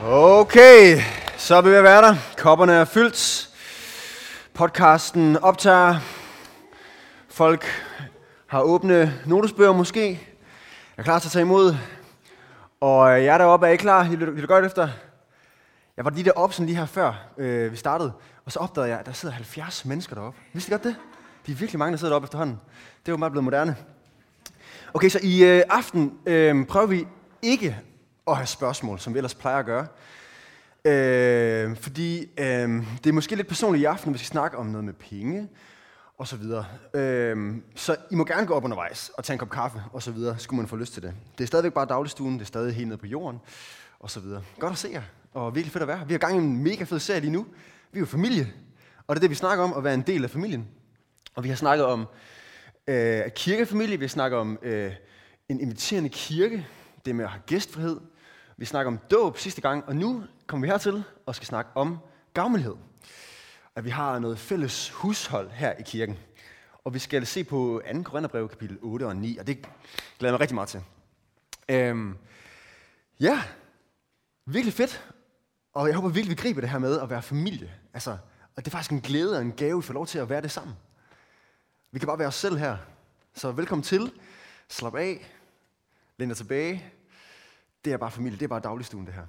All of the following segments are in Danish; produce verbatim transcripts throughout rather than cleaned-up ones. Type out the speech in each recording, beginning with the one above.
Okay, så er vi ved at være der. Kopperne er fyldt. Podcasten optager. Folk har åbne notesbøger måske. Jeg er klar til at tage imod. Og jeg er deroppe. Er I klar? I lytter godt efter. Jeg var lige deroppe sådan lige her før øh, vi startede. Og så opdagede jeg, at der sidder halvfjerds mennesker deroppe. Vidste I godt det? De er virkelig mange, der sidder deroppe efterhånden. Det er jo meget blevet moderne. Okay, så i øh, aften øh, prøver vi ikke at have spørgsmål, som vi ellers plejer at gøre. Øh, fordi øh, det er måske lidt personligt i aften, når vi skal snakke om noget med penge og så videre. Øh, så I må gerne gå op undervejs og tage en kop kaffe og så videre, skulle man få lyst til det. Det er stadigvæk bare dagligstuen, det er stadig helt nede på jorden og så videre. Godt at se jer, og virkelig fedt at være her. Vi har gang i en mega fed serie lige nu. Vi er jo familie, og det er det, vi snakker om, at være en del af familien. Og vi har snakket om øh, kirkefamilie, vi har snakket om øh, en inviterende kirke, det med at have gæstfrihed. Vi snakker om dåb sidste gang, og nu kommer vi hertil og skal snakke om gavmildhed. At vi har noget fælles hushold her i kirken. Og vi skal se på anden Korintherbrev, kapitel otte og ni, og det glæder jeg mig rigtig meget til. Øhm, ja, virkelig fedt. Og jeg håber virkelig, vi griber det her med at være familie. Altså, og det er faktisk en glæde og en gave, at få lov til at være det sammen. Vi kan bare være os selv her. Så velkommen til. Slap af. Læn dig tilbage. Det er bare familie. Det er bare dagligstuen, det her.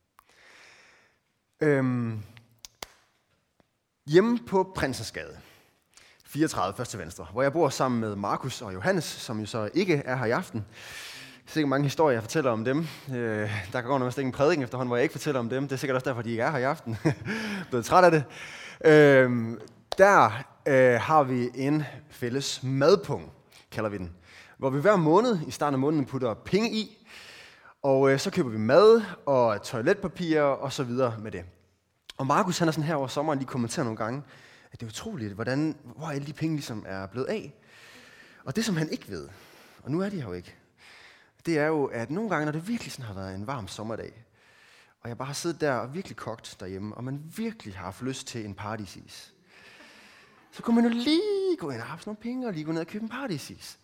Øhm, hjemme på Prinsensgade, fireogtredive, først til venstre, hvor jeg bor sammen med Markus og Johannes, som jo så ikke er her i aften. Det er sikkert mange historier, jeg fortæller om dem. Øh, der går nærmest ikke en prædiken efterhånden, hvor jeg ikke fortæller om dem. Det er sikkert også derfor, de ikke er her i aften. Jeg er blevet træt af det. Øh, der øh, har vi en fælles madpung, kalder vi den. Hvor vi hver måned, i starten af måneden, putter penge i. Og øh, så køber vi mad og toiletpapir og så videre med det. Og Markus, han er sådan her over sommeren lige kommenteret nogle gange, at det er utroligt, hvordan, hvor alle de penge ligesom er blevet af. Og det, som han ikke ved, og nu er de her jo ikke, det er jo, at nogle gange, når det virkelig sådan har været en varm sommerdag, og jeg bare har siddet der og virkelig kogt derhjemme, og man virkelig har haft lyst til en paradisis, så kunne man jo lige gå ind og have sådan nogle penge, og lige gå ned og købe en paradisis.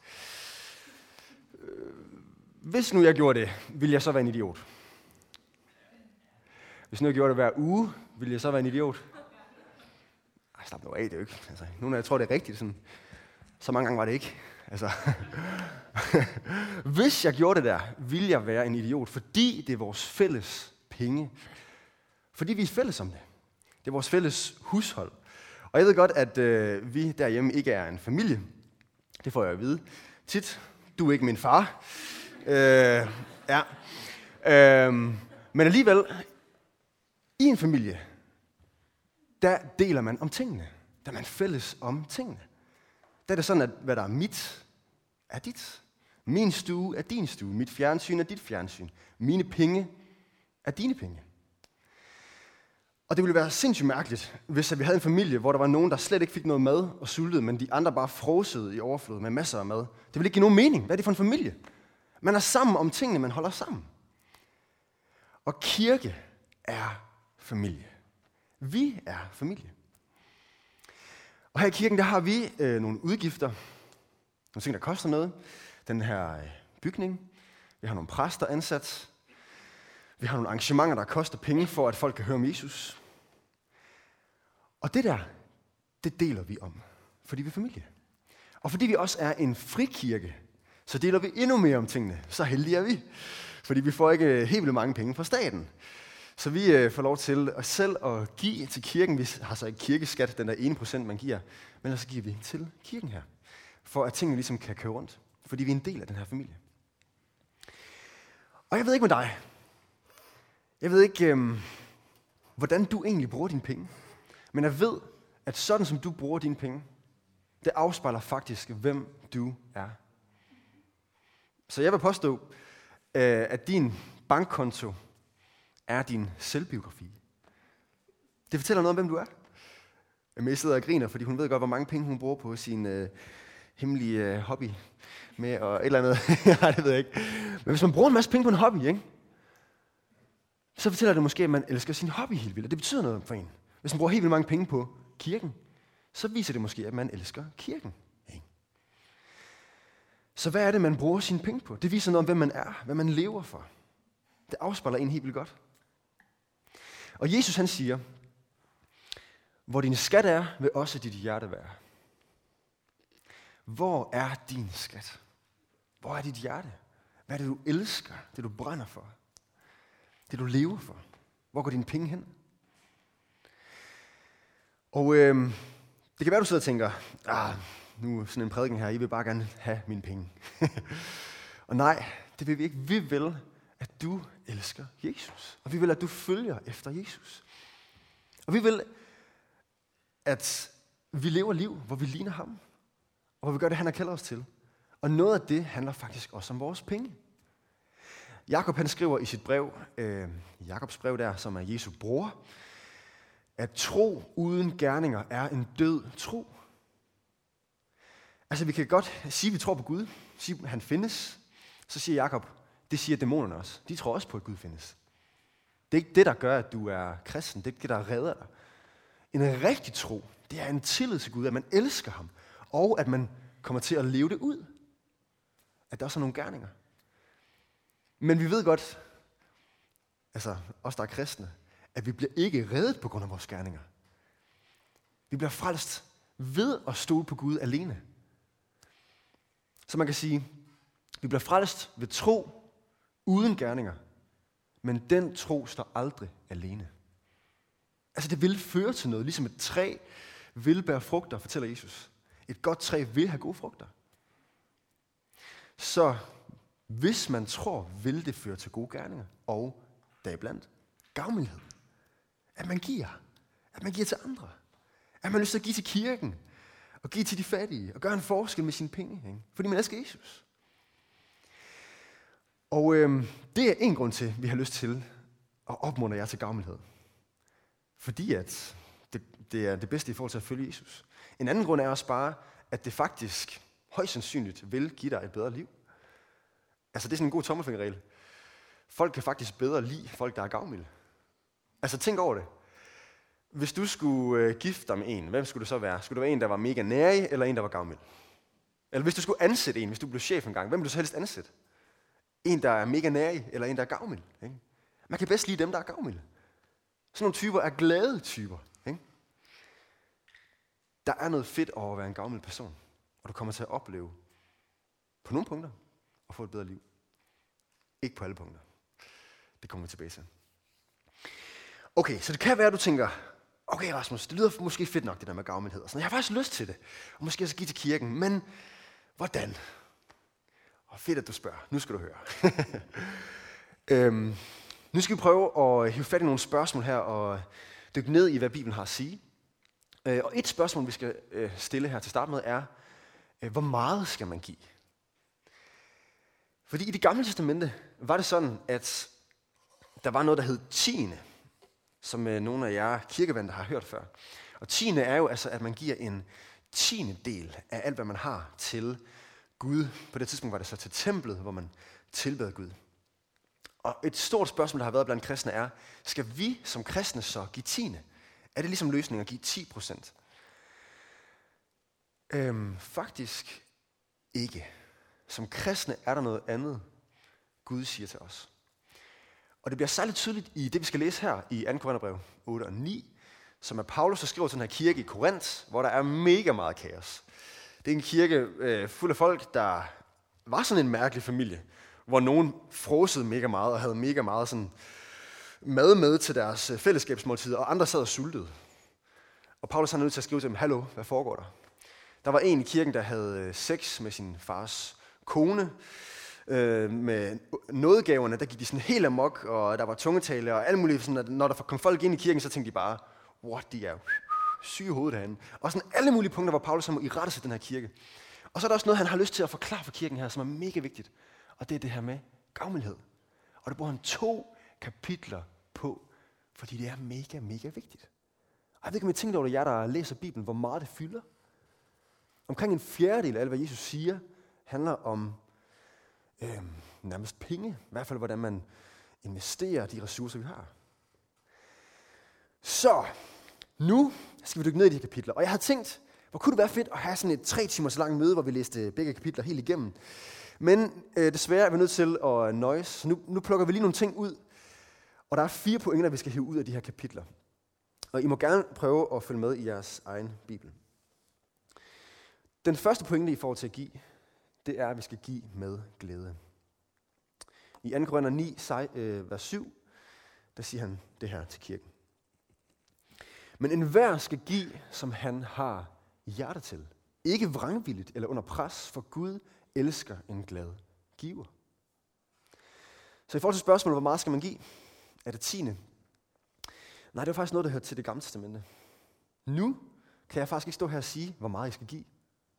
Hvis nu jeg gjorde det, ville jeg så være en idiot? Hvis nu jeg gjorde det hver uge, ville jeg så være en idiot? Ej, slap nu af, det er jo ikke. Altså, nu når jeg tror, det er rigtigt, sådan, så mange gange var det ikke. Altså. Hvis jeg gjorde det der, ville jeg være en idiot, fordi det er vores fælles penge. Fordi vi er fælles om det. Det er vores fælles hushold. Og jeg ved godt, at øh, vi derhjemme ikke er en familie. Det får jeg at vide tit. Du er ikke min far. Øh, ja. øh, men alligevel, i en familie, der deler man om tingene. Der er man fælles om tingene. Der er det sådan, at hvad der er mit, er dit. Min stue er din stue. Mit fjernsyn er dit fjernsyn. Mine penge er dine penge. Og det ville være sindssygt mærkeligt, hvis vi havde en familie, hvor der var nogen, der slet ikke fik noget mad og sultede, men de andre bare frosede i overflod med masser af mad. Det ville ikke give nogen mening. Hvad er det for en familie? Man er sammen om tingene, man holder sammen. Og kirke er familie. Vi er familie. Og her i kirken, der har vi øh, nogle udgifter. Nogle ting, der koster noget. Den her øh, bygning. Vi har nogle præster ansat. Vi har nogle arrangementer, der koster penge for, at folk kan høre om Jesus. Og det der, det deler vi om. Fordi vi er familie. Og fordi vi også er en frikirke, så deler vi endnu mere om tingene. Så heldige er vi. Fordi vi får ikke helt vildt mange penge fra staten. Så vi øh, får lov til os selv at give til kirken. Vi har så ikke kirkeskat, den der ene procent, man giver. Men så giver vi til kirken her. For at tingene ligesom kan køre rundt. Fordi vi er en del af den her familie. Og jeg ved ikke med dig. Jeg ved ikke, øh, hvordan du egentlig bruger dine penge. Men jeg ved, at sådan som du bruger dine penge, det afspejler faktisk, hvem du er. Så jeg vil påstå, øh, at din bankkonto er din selvbiografi. Det fortæller noget om, hvem du er. Jeg sidder og griner, fordi hun ved godt, hvor mange penge hun bruger på sin øh, hemmelige øh, hobby. Med og et eller andet. Nej, det ved jeg ikke. Men hvis man bruger en masse penge på en hobby, ikke? Så fortæller det måske, at man elsker sin hobby helt vildt. Det betyder noget for en. Hvis man bruger helt vildt mange penge på kirken, så viser det måske, at man elsker kirken. Ikke? Så hvad er det, man bruger sine penge på? Det viser noget om, hvem man er, hvad man lever for. Det afspejler en helt vildt godt. Og Jesus han siger, hvor din skat er, vil også dit hjerte være. Hvor er din skat? Hvor er dit hjerte? Hvad er det, du elsker? Det, du brænder for? Det, du lever for? Hvor går dine penge hen? Og øh, det kan være, du sidder og tænker, ah, nu er sådan en prædiken her, I vil bare gerne have mine penge. Og nej, det vil vi ikke. Vi vil, at du elsker Jesus. Og vi vil, at du følger efter Jesus. Og vi vil, at vi lever liv, hvor vi ligner ham. Og hvor vi gør det, han har kaldet os til. Og noget af det handler faktisk også om vores penge. Jakob han skriver i sit brev, øh, Jakobs brev der, som er Jesu bror, at tro uden gerninger er en død tro. Altså vi kan godt sige, at vi tror på Gud, sige, at han findes. Så siger Jakob, det siger dæmonerne også. De tror også på, at Gud findes. Det er ikke det, der gør, at du er kristen. Det er ikke det, der redder dig. En rigtig tro, det er en tillid til Gud, at man elsker ham, og at man kommer til at leve det ud. At der også er nogle gerninger. Men vi ved godt, altså os der er kristne, at vi bliver ikke reddet på grund af vores gerninger. Vi bliver frelst ved at stole på Gud alene. Så man kan sige, vi bliver frelst ved tro uden gerninger, men den tro står aldrig alene. Altså det vil føre til noget, ligesom et træ vil bære frugter, fortæller Jesus. Et godt træ vil have gode frugter. Så hvis man tror, vil det føre til gode gerninger, og deriblandt gavmildhed. At man giver. At man giver til andre. At man har lyst til at give til kirken, og give til de fattige, og gøre en forskel med sine penge. Ikke? Fordi man elsker Jesus. Og øhm, det er en grund til, at vi har lyst til at opmuntre jer til gavmildhed. Fordi at det, det er det bedste i forhold til at følge Jesus. En anden grund er også bare, at det faktisk højst sandsynligt vil give dig et bedre liv. Altså det er sådan en god tommelfingerregel. Folk kan faktisk bedre lide folk, der er gavmilde. Altså tænk over det. Hvis du skulle øh, gifte dig med en, hvem skulle det så være? Skulle det være en, der var mega nærig, eller en, der var gavmild? Eller hvis du skulle ansætte en, hvis du blev chef engang, hvem ville du så helst ansætte? En, der er mega nærig, eller en, der er gavmild? Ikke? Man kan bedst lide dem, der er gavmilde. Sådan nogle typer er glade typer. Ikke? Der er noget fedt over at være en gavmild person, og du kommer til at opleve på nogle punkter at få et bedre liv. Ikke på alle punkter. Det kommer vi tilbage til. Okay, så det kan være, at du tænker, okay Rasmus, det lyder måske fedt nok, det der med gavmildhed. Og sådan. Jeg har faktisk lyst til det, og måske også give til kirken, men hvordan? Og fedt, at du spørger. Nu skal du høre. øhm, nu skal vi prøve at hive fat i nogle spørgsmål her, og dykke ned i, hvad Bibelen har at sige. Øh, og et spørgsmål, vi skal øh, stille her til start med, er, øh, hvor meget skal man give? Fordi i Det Gamle Testamente var det sådan, at der var noget, der hed tiende, som øh, nogle af jer kirkevandre har hørt før. Og tiende er jo altså, at man giver en tiende del af alt, hvad man har til Gud. På det tidspunkt var det så til templet, hvor man tilbad Gud. Og et stort spørgsmål, der har været blandt kristne, er, skal vi som kristne så give tiende? Er det ligesom løsningen at give ti procent? Øhm, faktisk ikke. Som kristne er der noget andet, Gud siger til os. Og det bliver særligt tydeligt i det, vi skal læse her i anden Korintherbrev otte og ni, som er Paulus, der skriver til den her kirke i Korinth, hvor der er mega meget kaos. Det er en kirke øh, fuld af folk, der var sådan en mærkelig familie, hvor nogen frosede mega meget og havde mega meget sådan mad med til deres fællesskabsmåltider, og andre sad og sultede. Og Paulus er nødt til at skrive til dem, hallo, hvad foregår der? Der var en i kirken, der havde sex med sin fars kone. Øh, med nådegaverne, der gik de sådan helt amok, og der var tungetale og alt muligt. Sådan, at når der kom folk ind i kirken, så tænkte de bare, what, de er syge i hovedet herinde. Og sådan alle mulige punkter, hvor Paulus må irettesætte den her kirke. Og så er der også noget, han har lyst til at forklare for kirken her, som er mega vigtigt. Og det er det her med gavmildhed. Og det bruger han to kapitler på, fordi det er mega, mega vigtigt. Og jeg ved ikke, om I tænkte over det, jer der læser Bibelen, hvor meget det fylder. Omkring en fjerdedel af alt, hvad Jesus siger, handler om øhm, nærmest penge. I hvert fald, hvordan man investerer de ressourcer, vi har. Så, nu skal vi dykke ned i de kapitler. Og jeg havde tænkt, hvor kunne det være fedt at have sådan et tre timers langt møde, hvor vi læste begge kapitler helt igennem. Men øh, desværre er vi nødt til at nøjes. Så nu, nu plukker vi lige nogle ting ud. Og der er fire pointer, vi skal hive ud af de her kapitler. Og I må gerne prøve at følge med i jeres egen bibel. Den første pointe, I får til at give, det er, at vi skal give med glæde. I anden Korinther ni, vers syv, der siger han det her til kirken. Men enhver skal give, som han har hjerte til. Ikke vrangvilligt eller under pres, for Gud elsker en glad giver. Så i forhold til spørgsmålet, hvor meget skal man give? Er det tiende? Nej, det er faktisk noget, der hører til det gamle testamente. Nu kan jeg faktisk ikke stå her og sige, hvor meget jeg skal give.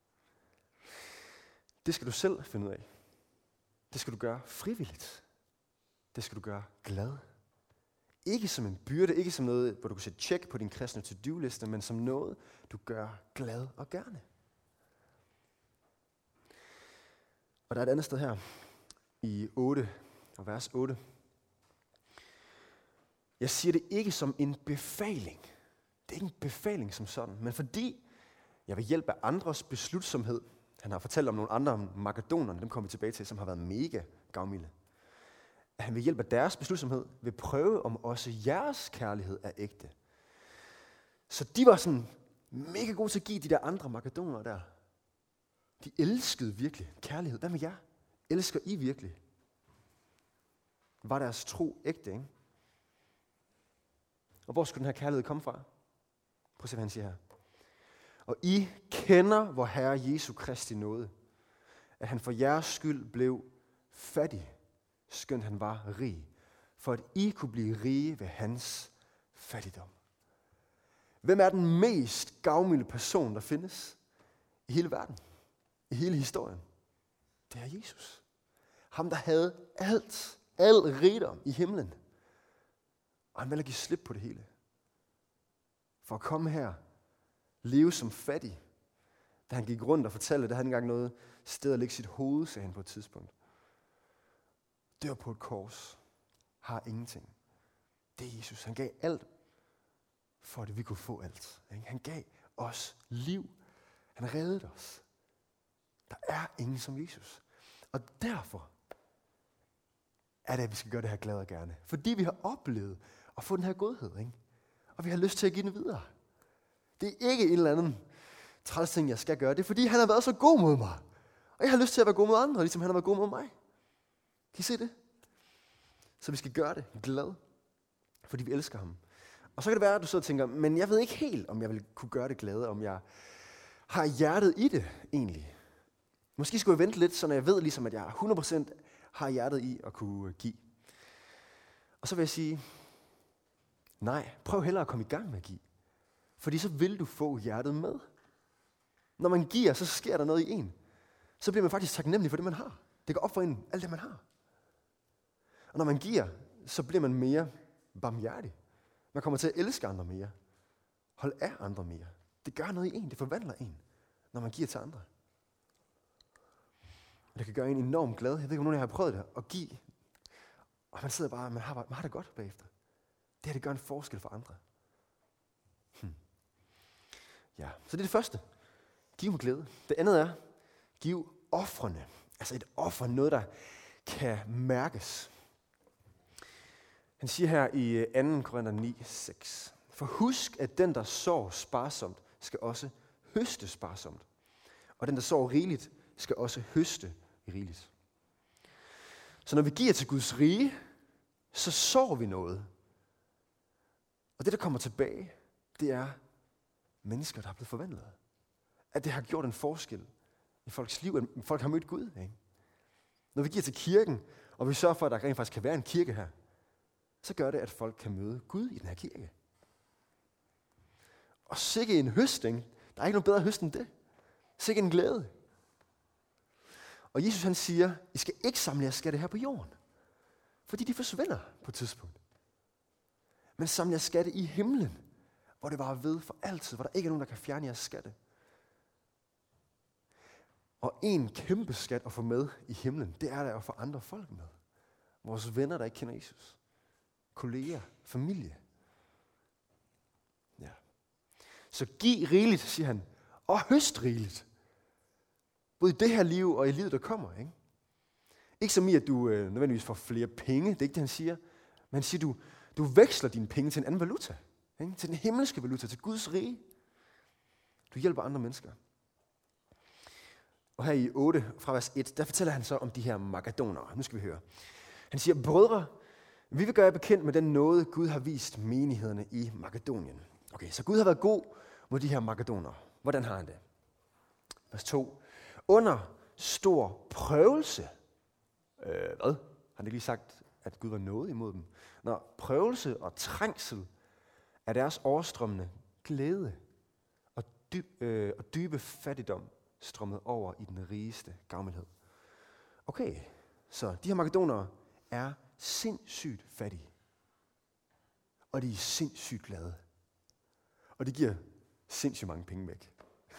Det skal du selv finde ud af. Det skal du gøre frivilligt. Det skal du gøre glad. Ikke som en byrde, ikke som noget, hvor du kan sætte tjek på din kristne to-do-liste, men som noget, du gør glad og gerne. Og der er et andet sted her, i otte, og vers otte. Jeg siger det ikke som en befaling. Det er ikke en befaling som sådan, men fordi jeg vil hjælpe af andres beslutsomhed. Han har fortalt om nogle andre makedonerne, dem kommer vi tilbage til, som har været mega gavmilde. At han vil hjælpe af deres beslutsomhed, vil prøve, om også jeres kærlighed er ægte. Så de var sådan mega gode til at give de der andre makedonere der. De elskede virkelig kærlighed. Hvad med jer? Elsker I virkelig? Var deres tro ægte, ikke? Og hvor skulle den her kærlighed komme fra? Prøv at se, hvad han siger her. Og I kender vor Herre Jesu Kristi nåde, at han for jeres skyld blev fattig, skønt han var rig, for at I kunne blive rige ved hans fattigdom. Hvem er den mest gavmilde person, der findes i hele verden? I hele historien? Det er Jesus. Ham, der havde alt, al rigdom i himlen. Og han ville give slip på det hele. For at komme her, leve som fattig. Da han gik rundt og fortalte, at der havde engang noget sted at lægge sit hoved, sagde han på et tidspunkt. Dør på et kors. Har ingenting. Det er Jesus. Han gav alt, for at vi kunne få alt. Han gav os liv. Han reddede os. Der er ingen som Jesus. Og derfor er det, at vi skal gøre det her glad og gerne. Fordi vi har oplevet at få den her godhed, ikke? Og vi har lyst til at give den videre. Det er ikke en eller anden træls ting, jeg skal gøre. Det er fordi, han har været så god mod mig. Og jeg har lyst til at være god mod andre, ligesom han har været god mod mig. Kan I se det? Så vi skal gøre det glad, fordi vi elsker ham. Og så kan det være, at du sidder og tænker, men jeg ved ikke helt, om jeg vil kunne gøre det glade, om jeg har hjertet i det egentlig. Måske skulle jeg vente lidt, så jeg ved ligesom, at jeg hundrede procent har hjertet i at kunne give. Og så vil jeg sige, nej, prøv hellere at komme i gang med at give. Fordi så vil du få hjertet med. Når man giver, så sker der noget i en. Så bliver man faktisk taknemmelig for det, man har. Det går op for en, alt det, man har. Og når man giver, så bliver man mere barmhjertig. Man kommer til at elske andre mere. Hold af andre mere. Det gør noget i en, det forvandler en, når man giver til andre. Og det kan gøre en enormt glad. Jeg ved ikke, om nogen af jer har prøvet det, at give. Og man sidder bare, man har, man har det godt bagefter. Det her, det gør en forskel for andre. Hmm. Ja, så det er det første. Giv med glæde. Det andet er, giv ofrene. Altså et offer, noget der kan mærkes. Han siger her i anden Korinther ni, seks. For husk, at den, der sår sparsomt, skal også høste sparsomt. Og den, der sår rigeligt, skal også høste rigeligt. Så når vi giver til Guds rige, så sår vi noget. Og det, der kommer tilbage, det er mennesker, der er blevet forvandlet. At det har gjort en forskel i folks liv, at folk har mødt Gud. Ikke? Når vi giver til kirken, og vi sørger for, at der rent faktisk kan være en kirke her, så gør det, at folk kan møde Gud i den her kirke. Og sikke en høsting. Der er ikke noget bedre høst end det. Sikke en glæde. Og Jesus han siger, I skal ikke samle jeres skatte her på jorden. Fordi de forsvinder på et tidspunkt. Men samle jeres skatte i himlen, hvor det var ved for altid, hvor der ikke er nogen, der kan fjerne jeres skatte. Og en kæmpe skat at få med i himlen, det er der at få andre folk med. Vores venner, der ikke kender Jesus. Kolleger, familie. Ja. Så giv rigeligt, siger han, og høst rigeligt. Både i det her liv og i livet, der kommer. Ikke, ikke som i, at du øh, nødvendigvis får flere penge, det er ikke det, han siger. Men han siger, du, Du veksler dine penge til en anden valuta. Ikke? Til den himmelske valuta, til Guds rige. Du hjælper andre mennesker. Og her i otte fra vers et, der fortæller han så om de her makedonere. Nu skal vi høre. Han siger, brødre, vi vil gøre jer bekendt med den nåde, Gud har vist menighederne i Makedonien. Okay, så Gud har været god mod de her makedonere. Hvordan har han det? Vers to. Under stor prøvelse. Øh, hvad? Han har lige sagt, at Gud var nåde imod dem. Når prøvelse og trængsel er deres overstrømmende glæde og, dyb, øh, og dybe fattigdom strømmet over i den rigeste gavmildhed. Okay, så de her makedonere er sindssygt fattige. Og de er sindssygt glade. Og de giver sindssygt mange penge væk.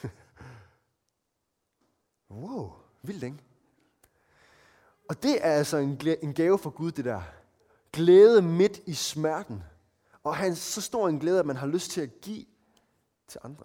Wow, vildt, ikke? Og det er altså en, glæ- en gave for Gud, det der. Glæde midt i smerten. Og han så stor en glæde, at man har lyst til at give til andre.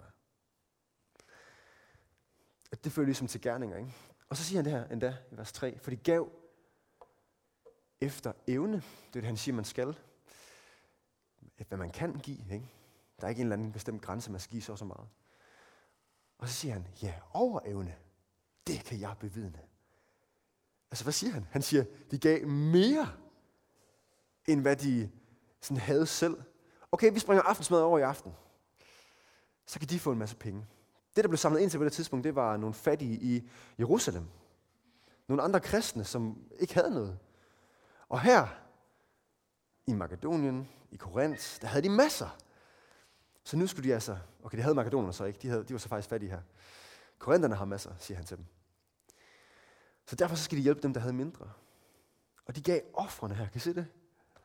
At det føler ligesom til gerninger, ikke? Og så siger han det her endda i vers tre. For de gav efter evne. Det er det, han siger, man skal. Hvad man kan give, ikke? Der er ikke en eller anden bestemt grænse, man skal give så så meget. Og så siger han, ja, over evne. Det kan jeg bevidne. Altså, hvad siger han? Han siger, de gav mere, end hvad de sådan havde selv. Okay, vi springer aftensmad over i aften. Så kan de få en masse penge. Det, der blev samlet ind til på det tidspunkt, det var nogle fattige i Jerusalem. Nogle andre kristne, som ikke havde noget. Og her, i Makedonien, i Korinth, der havde de masser. Så nu skulle de altså, okay, de havde makedonerne så ikke, de, havde, de var så faktisk fattige her. Korintherne har masser, siger han til dem. Så derfor så skal de hjælpe dem, der havde mindre. Og de gav ofrene her, kan I se det?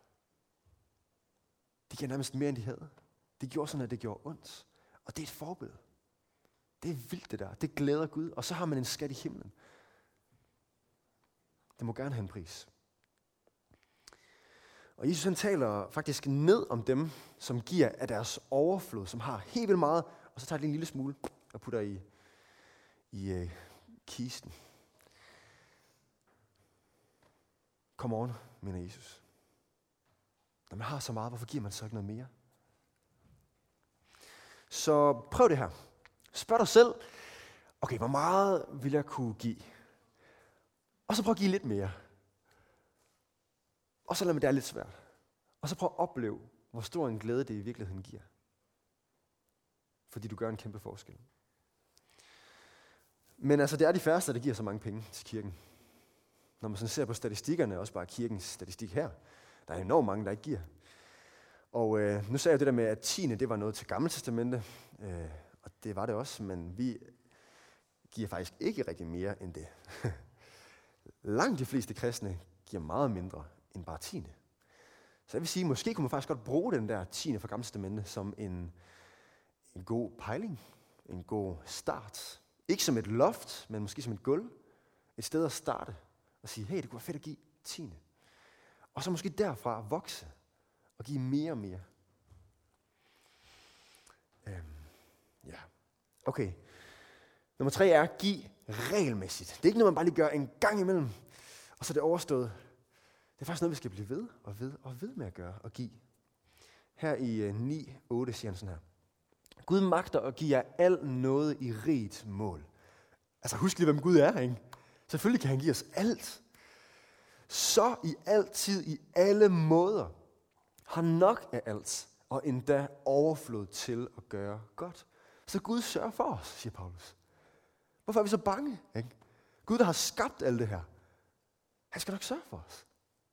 De gav nærmest mere, end de havde. De gjorde sådan, at det gjorde ondt. Og det er et forbillede. Det er vildt det der. Det glæder Gud. Og så har man en skat i himlen. Det må gerne have en pris. Og Jesus han taler faktisk ned om dem, som giver af deres overflod, som har helt vildt meget, og så tager de en lille smule og putter i, i øh, kisten. Kom on, mener Jesus. Når man har så meget, hvorfor giver man så ikke noget mere? Så prøv det her. Spørg dig selv, okay, hvor meget vil jeg kunne give? Og så prøv at give lidt mere. Og så lad mig det er lidt svært. Og så prøv at opleve, hvor stor en glæde det i virkeligheden giver. Fordi du gør en kæmpe forskel. Men altså, det er de færreste, der giver så mange penge til kirken. Når man sådan ser på statistikkerne, også bare kirkens statistik her, der er enormt mange, der ikke giver. Og øh, nu sagde jeg det der med, at tiende, det var noget til Gamle Testamente. Øh, og det var det også, men vi giver faktisk ikke rigtig mere end det. Langt de fleste kristne giver meget mindre end bare tiende. Så jeg vil sige, måske kunne man faktisk godt bruge den der tiende fra Gamle Testamente som en, en god pejling, en god start. Ikke som et loft, men måske som et gulv. Et sted at starte og sige, hey, det kunne være fedt at give tiende. Og så måske derfra vokse og give mere og mere. Øhm, ja, okay. Nummer tre er, giv regelmæssigt. Det er ikke noget, man bare lige gør en gang imellem, og så er det overstået. Det er faktisk noget, vi skal blive ved og ved og ved med at gøre og give. Her i uh, ni otte siger han sådan her. Gud magter at give jer al noget i rigt mål. Altså husk lige, hvem Gud er, ikke? Selvfølgelig kan han give os alt. Så i altid, i alle måder, har nok af alt, og endda overflod til at gøre godt. Så Gud sørger for os, siger Paulus. Hvorfor er vi så bange? Ikke? Gud, der har skabt alt det her, han skal nok sørge for os.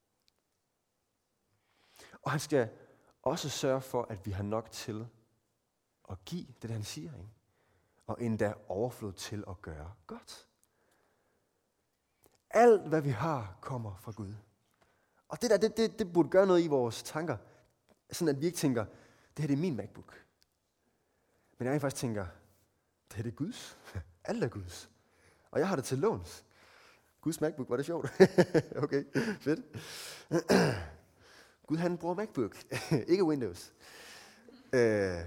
Og han skal også sørge for, at vi har nok til at give, det er det, han siger. Ikke? Og endda overflod til at gøre godt. Alt, hvad vi har, kommer fra Gud. Og det der, det, det, det burde gøre noget i vores tanker. Sådan at vi ikke tænker, det her det er min MacBook. Men jeg faktisk tænker, det her det er Guds. Alt er Guds. Og jeg har det til låns. Guds MacBook, var det sjovt? Okay, fedt. Gud han bruger MacBook, ikke Windows. Øh,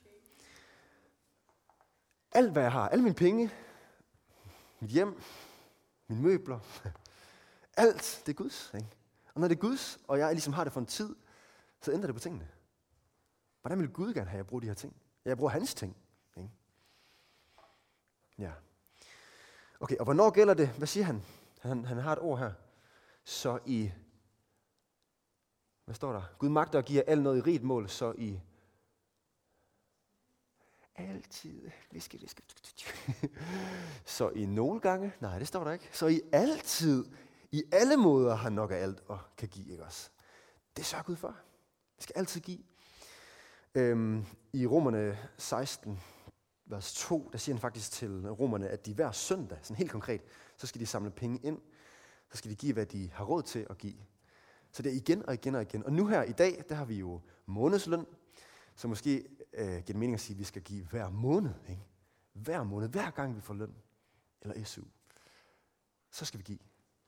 alt hvad jeg har, alle mine penge, mit hjem, mine møbler, alt det er Guds. Ikke? Og når det er Guds, og jeg ligesom har det for en tid, så ændrer det på tingene. Hvordan vil Gud gerne have, at jeg bruger de her ting? Jeg bruger hans ting. Ikke? Ja. Okay, og hvornår gælder det? Hvad siger han? han? Han har et ord her. Så i... Hvad står der? Gud magter at give jer alt noget i rigt mål, så i... Altid. Viske, viske. Så i nogle gange... Nej, det står der ikke. Så i altid, i alle måder har nok af alt og kan give, ikke også? Det sørger Gud for. Vi skal altid give. Øhm, I Romerne seksten, vers to, der siger han faktisk til romerne, at de hver søndag, sådan helt konkret, så skal de samle penge ind. Så skal de give, hvad de har råd til at give. Så det er igen og igen og igen. Og nu her i dag, der har vi jo månedsløn. Så måske øh, giver det mening at sige, at vi skal give hver måned. Ikke? Hver måned, hver gang vi får løn. Eller S U. Så skal vi give.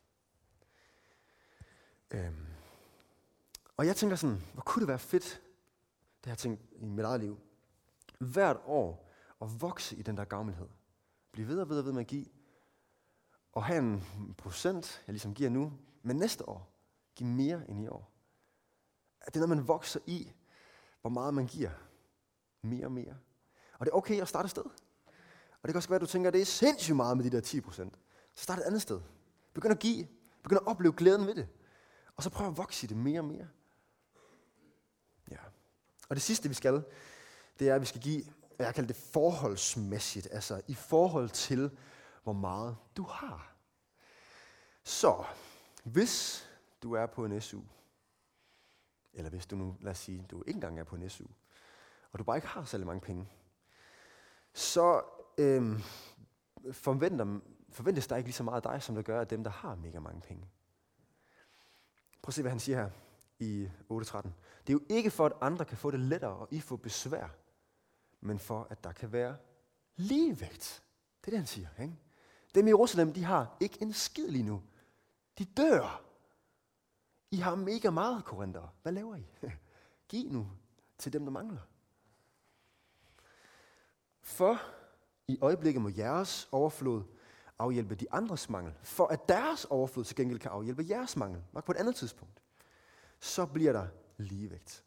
Øhm. Og jeg tænker sådan, hvor kunne det være fedt, det har jeg tænkt i mit eget liv, hvert år at vokse i den der gavmildhed. Blive ved og ved og ved med at give. Og have en procent, jeg ligesom giver nu, men næste år give mere end i år. Det er noget, man vokser i, hvor meget man giver. Mere og mere. Og det er okay at starte et sted. Og det kan også være, at du tænker, at det er sindssygt meget med de der ti procent. Så start et andet sted. Begynd at give. Begynd at opleve glæden ved det. Og så prøv at vokse i det mere og mere. Ja. Og det sidste, vi skal, det er, at vi skal give, jeg kalder det forholdsmæssigt. Altså i forhold til, hvor meget du har. Så, hvis du er på en S U, eller hvis du nu, lad os sige, du ikke engang er på en S U, og du bare ikke har særlig mange penge, så øhm, forventer, forventes der ikke lige så meget af dig, som det gør af dem, der har mega mange penge. Prøv at se, hvad han siger her i otte tretten. Det er jo ikke for, at andre kan få det lettere, og I får besvær, men for, at der kan være ligevægt. Det er det, han siger. Ikke? Dem i Jerusalem, de har ikke en skid lige nu. De dør. I har mega meget, korinthere. Hvad laver I? Giv nu til dem, der mangler. For i øjeblikket må jeres overflod afhjælpe de andres mangel, for at deres overflod til gengæld kan afhjælpe jeres mangel, nok på et andet tidspunkt. Så bliver der ligevægt.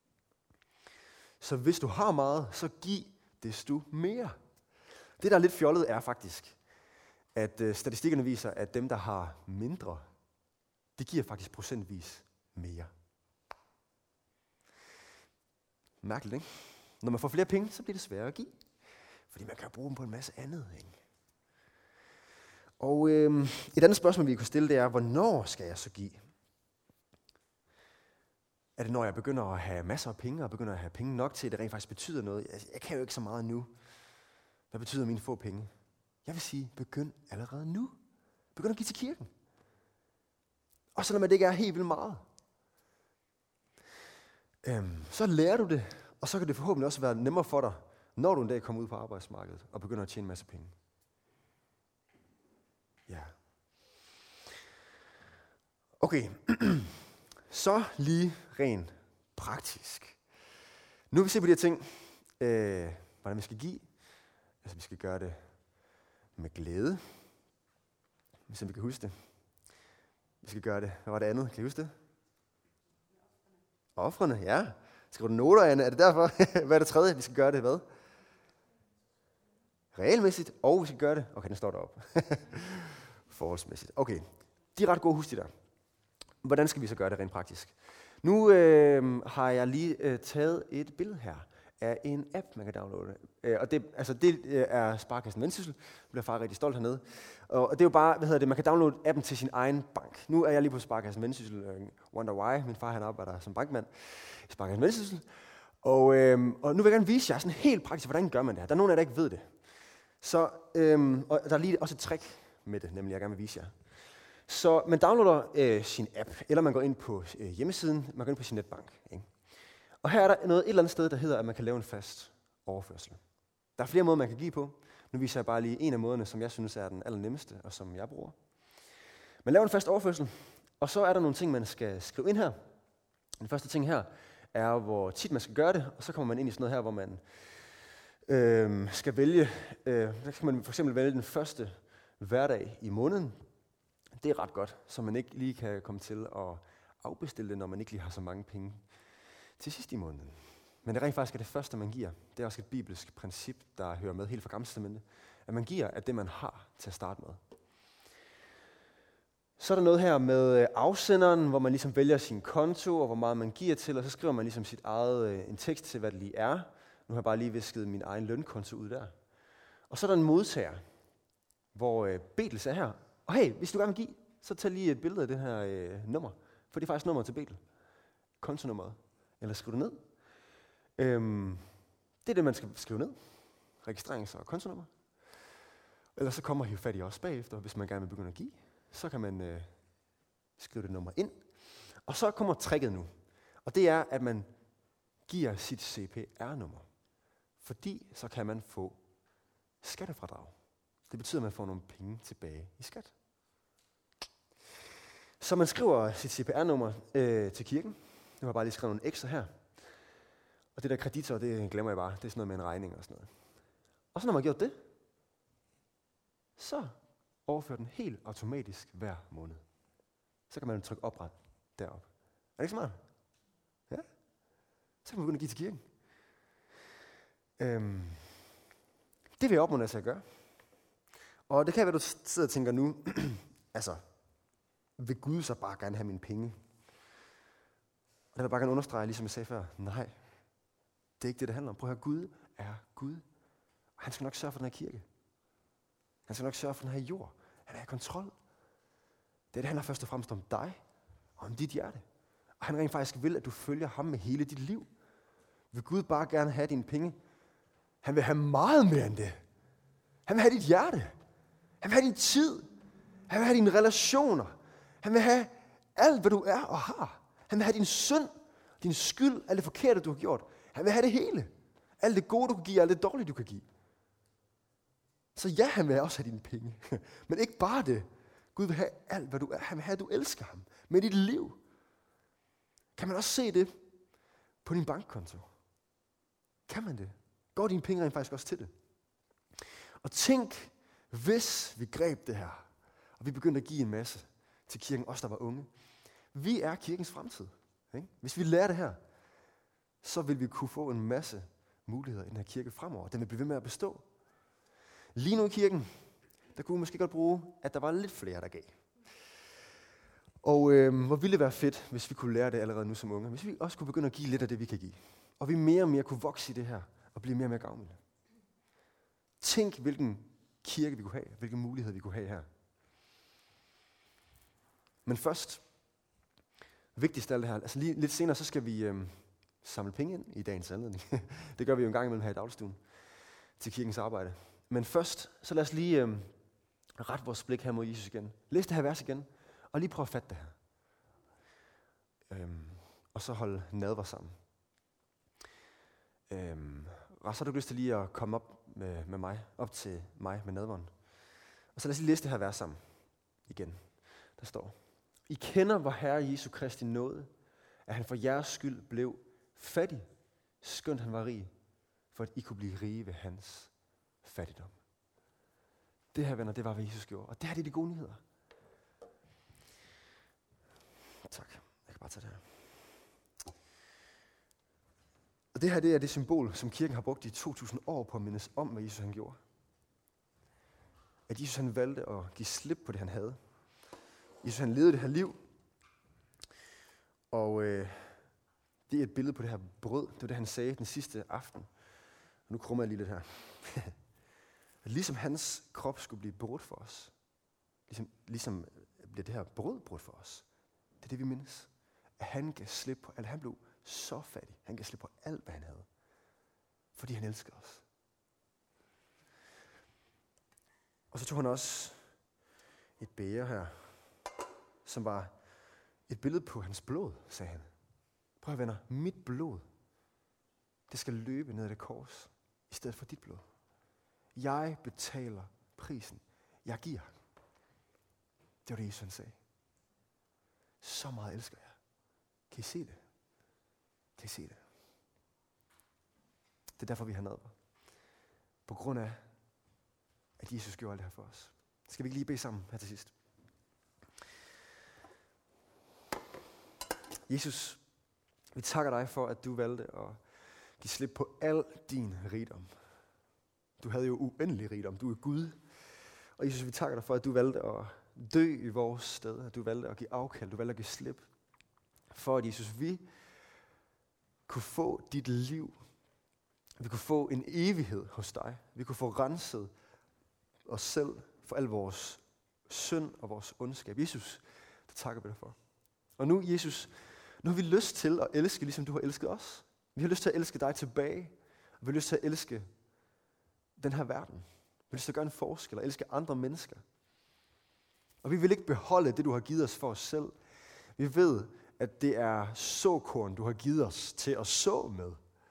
Så hvis du har meget, så giv desto mere. Det, der er lidt fjollet, er faktisk, at øh, statistikkerne viser, at dem, der har mindre, de giver faktisk procentvis mere. Mærkeligt, ikke? Når man får flere penge, så bliver det sværere at give. Fordi man kan bruge dem på en masse andet, ikke? Og øh, et andet spørgsmål, vi kan stille, det er, hvornår skal jeg så give? Er det, når jeg begynder at have masser af penge, og begynder at have penge nok til, at det rent faktisk betyder noget? Jeg, jeg kan jo ikke så meget nu. Hvad betyder mine få penge? Jeg vil sige, begynd allerede nu. Begynd at give til kirken. Og selvom det ikke er helt vildt meget. Øhm, så lærer du det, og så kan det forhåbentlig også være nemmere for dig, når du en dag kommer ud på arbejdsmarkedet, og begynder at tjene en masse penge. Ja. Okay, så lige rent praktisk. Nu vil vi se på de her ting, øh, hvordan vi skal give. Altså vi skal gøre det med glæde, hvis vi kan huske det. Vi skal gøre det. Hvad var det andet? Kan I huske det? Ofrene, ja. Skriver du noter, Anne? Er det derfor? Hvad er det tredje? Vi skal gøre det hvad? Regelmæssigt, og vi skal gøre det. Okay, den står deroppe. Forholdsmæssigt. Okay, de er ret gode, husk de der. Hvordan skal vi så gøre det rent praktisk? Nu øh, har jeg lige øh, taget et billede her af en app, man kan downloade. Øh, og det, altså det øh, er Sparekassen Vendsyssel. Jeg bliver far rigtig stolt hernede. Og, og det er jo bare, hvad hedder det, man kan downloade appen til sin egen bank. Nu er jeg lige på Sparekassen Vendsyssel. Øh, wonder why. Min far han arbejder som bankmand i Sparekassen Vendsyssel. Og, øh, og nu vil jeg gerne vise jer sådan helt praktisk, hvordan gør man det her. Der er nogen af jer, der ikke ved det. Så øh, og der er lige også et trick med det, nemlig jeg gerne vil vise jer. Så man downloader øh, sin app, eller man går ind på øh, hjemmesiden, man går ind på sin netbank. Ikke? Og her er der noget et eller andet sted, der hedder, at man kan lave en fast overførsel. Der er flere måder, man kan give på. Nu viser jeg bare lige en af måderne, som jeg synes er den allernemmeste, og som jeg bruger. Man laver en fast overførsel, og så er der nogle ting, man skal skrive ind her. Den første ting her er, hvor tit man skal gøre det, og så kommer man ind i sådan noget her, hvor man øh, skal vælge, øh, der kan man for eksempel vælge den første hverdag i måneden. Det er ret godt, så man ikke lige kan komme til at afbestille det, når man ikke lige har så mange penge. til sidst i måneden. Men det rent faktisk er det første, man giver. Det er også et bibelsk princip, der hører med helt fra Gamle Testamentet. At man giver af det, man har til at starte med. Så er der noget her med afsenderen, hvor man ligesom vælger sin konto, og hvor meget man giver til, og så skriver man ligesom sit eget, en tekst til, hvad det lige er. Nu har jeg bare lige visket min egen lønkonto ud der. Og så er der en modtager, hvor øh, Betel er her. Og hey, hvis du gerne vil give, så tag lige et billede af det her øh, nummer. For det er faktisk nummer til Betel. Kontonummeret. Eller skriv det ned. Øhm, det er det, man skal skrive ned. Registrerings- og kontonummer. Eller så kommer hive fat i os bagefter, hvis man gerne vil begynde at give. Så kan man øh, skrive det nummer ind. Og så kommer tricket nu. Og det er, at man giver sit C P R-nummer. Fordi så kan man få skattefradrag. Det betyder, at man får nogle penge tilbage i skat. Så man skriver sit C P R-nummer øh, til kirken. Nu har jeg bare lige skrevet nogle ekstra her. Og det der kreditor, det glemmer jeg bare. Det er sådan noget med en regning og sådan noget. Og så når man har gjort det, så overfører den helt automatisk hver måned. Så kan man trykke opret derop. Er det ikke smart? Ja. Så kan man begynde at give til kirken. Øhm, det vil jeg opmuntre til at gøre. Og det kan være, du sidder og tænker nu, altså, vil Gud så bare gerne have mine penge? Og det vil jeg bare gerne understrege, ligesom jeg sagde før, nej, det er ikke det, det handler om. Prøv at høre, Gud er Gud. Og han skal nok sørge for den her kirke. Han skal nok sørge for den her jord. Han er i kontrol. Det, det handler først og fremmest om dig og om dit hjerte. Og han rent faktisk vil, at du følger ham med hele dit liv. Vil Gud bare gerne have dine penge? Han vil have meget mere end det. Han vil have dit hjerte. Han vil have din tid. Han vil have dine relationer. Han vil have alt, hvad du er og har. Han vil have din synd, din skyld, alt det forkerte, du har gjort. Han vil have det hele. Alt det gode, du kan give, alt det dårlige, du kan give. Så ja, han vil også have dine penge. Men ikke bare det. Gud vil have alt, hvad du er. Han vil have, at du elsker ham med dit liv. Kan man også se det på din bankkonto? Kan man det? Går dine penge rent faktisk også til det? Og tænk, hvis vi greb det her, og vi begyndte at give en masse til kirken, os der var unge. Vi er kirkens fremtid. Ikke? Hvis vi lærer det her, så vil vi kunne få en masse muligheder i den her kirke fremover. Den vil blive ved med at bestå. Lige nu i kirken, der kunne vi måske godt bruge, at der var lidt flere, der gav. Og øh, hvor ville det være fedt, hvis vi kunne lære det allerede nu som unge. Hvis vi også kunne begynde at give lidt af det, vi kan give. Og vi mere og mere kunne vokse i det her, og blive mere og mere gavmilde. Tænk, hvilken kirke vi kunne have, hvilke muligheder vi kunne have her. Men først, vigtigst af alt det her, altså lige lidt senere, så skal vi øh, samle penge ind i dagens anledning. Det gør vi jo en gang imellem her i dagligstuen til kirkens arbejde. Men først, så lad os lige øh, rette vores blik her mod Jesus igen. Læs det her vers igen, og lige prøv at fatte det her. Øhm, og så holde nadver sammen. Øhm, og så har du lyst til lige at komme op med, med mig, op til mig med nadveren. Og så lad os lige læse det her vers sammen igen. Der står: I kender vor Herre Jesu Kristi nåde, at han for jeres skyld blev fattig, skønt han var rig, for at I kunne blive rige ved hans fattigdom. Det her, venner, det var, hvad Jesus gjorde. Og det her, det er de gode nyheder. Tak. Jeg kan bare tage det her. Og det her, det er det symbol, som kirken har brugt i to tusind år på at mindes om, hvad Jesus han gjorde. At Jesus han valgte at give slip på det, han havde. Jesus han levede det her liv. Og øh, det er et billede på det her brød. Det var det, han sagde den sidste aften. Og nu krummer jeg lige lidt her. At ligesom hans krop skulle blive brudt for os, ligesom, ligesom bliver det her brød brudt for os. Det er det, vi mindes. At han gav slip på alt. Han blev så fattig. Han gav slip på alt, hvad han havde. Fordi han elskede os. Og så tog han også et bæger her, som var et billede på hans blod, sagde han. Prøv at venner, mit blod, det skal løbe ned ad det kors, i stedet for dit blod. Jeg betaler prisen. Jeg giver. Det var det, Jesus sagde. Så meget elsker jeg. Kan I se det? Kan I se det? Det er derfor, vi har nadver. På grund af, at Jesus gjorde alt det her for os. Skal vi ikke lige bede sammen her til sidst? Jesus, Vi takker dig for, at du valgte at give slip på al din rigdom. Du havde jo uendelig rigdom. Du er Gud. Og Jesus, vi takker dig for, at du valgte at dø i vores sted. At du valgte at give afkald. Du valgte at give slip. For at Jesus, vi kunne få dit liv. Vi kunne få en evighed hos dig. Vi kunne få renset os selv for al vores synd og vores ondskab. Jesus, det takker vi dig for. Og nu, Jesus, nu har vi lyst til at elske, ligesom du har elsket os. Vi har lyst til at elske dig tilbage. Og vi har lyst til at elske den her verden. Vi har lyst til at gøre en forskel og elske andre mennesker. Og vi vil ikke beholde det, du har givet os for os selv. Vi ved, at det er såkorn, du har givet os til at så med.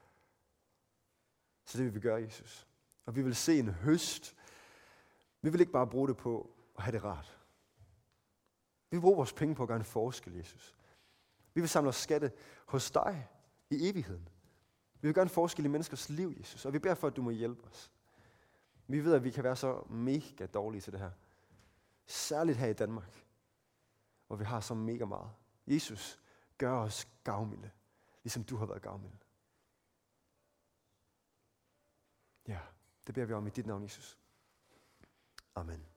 Så det vil vi gøre, Jesus. Og vi vil se en høst. Vi vil ikke bare bruge det på at have det rart. Vi vil bruge vores penge på at gøre en forskel, Jesus. Vi vil samle os skatte hos dig i evigheden. Vi vil gøre en forskel i menneskers liv, Jesus. Og vi beder for, at du må hjælpe os. Vi ved, at vi kan være så mega dårlige til det her. Særligt her i Danmark, hvor vi har så mega meget. Jesus, gør os gavmilde, ligesom du har været gavmild. Ja, det beder vi om i dit navn, Jesus. Amen.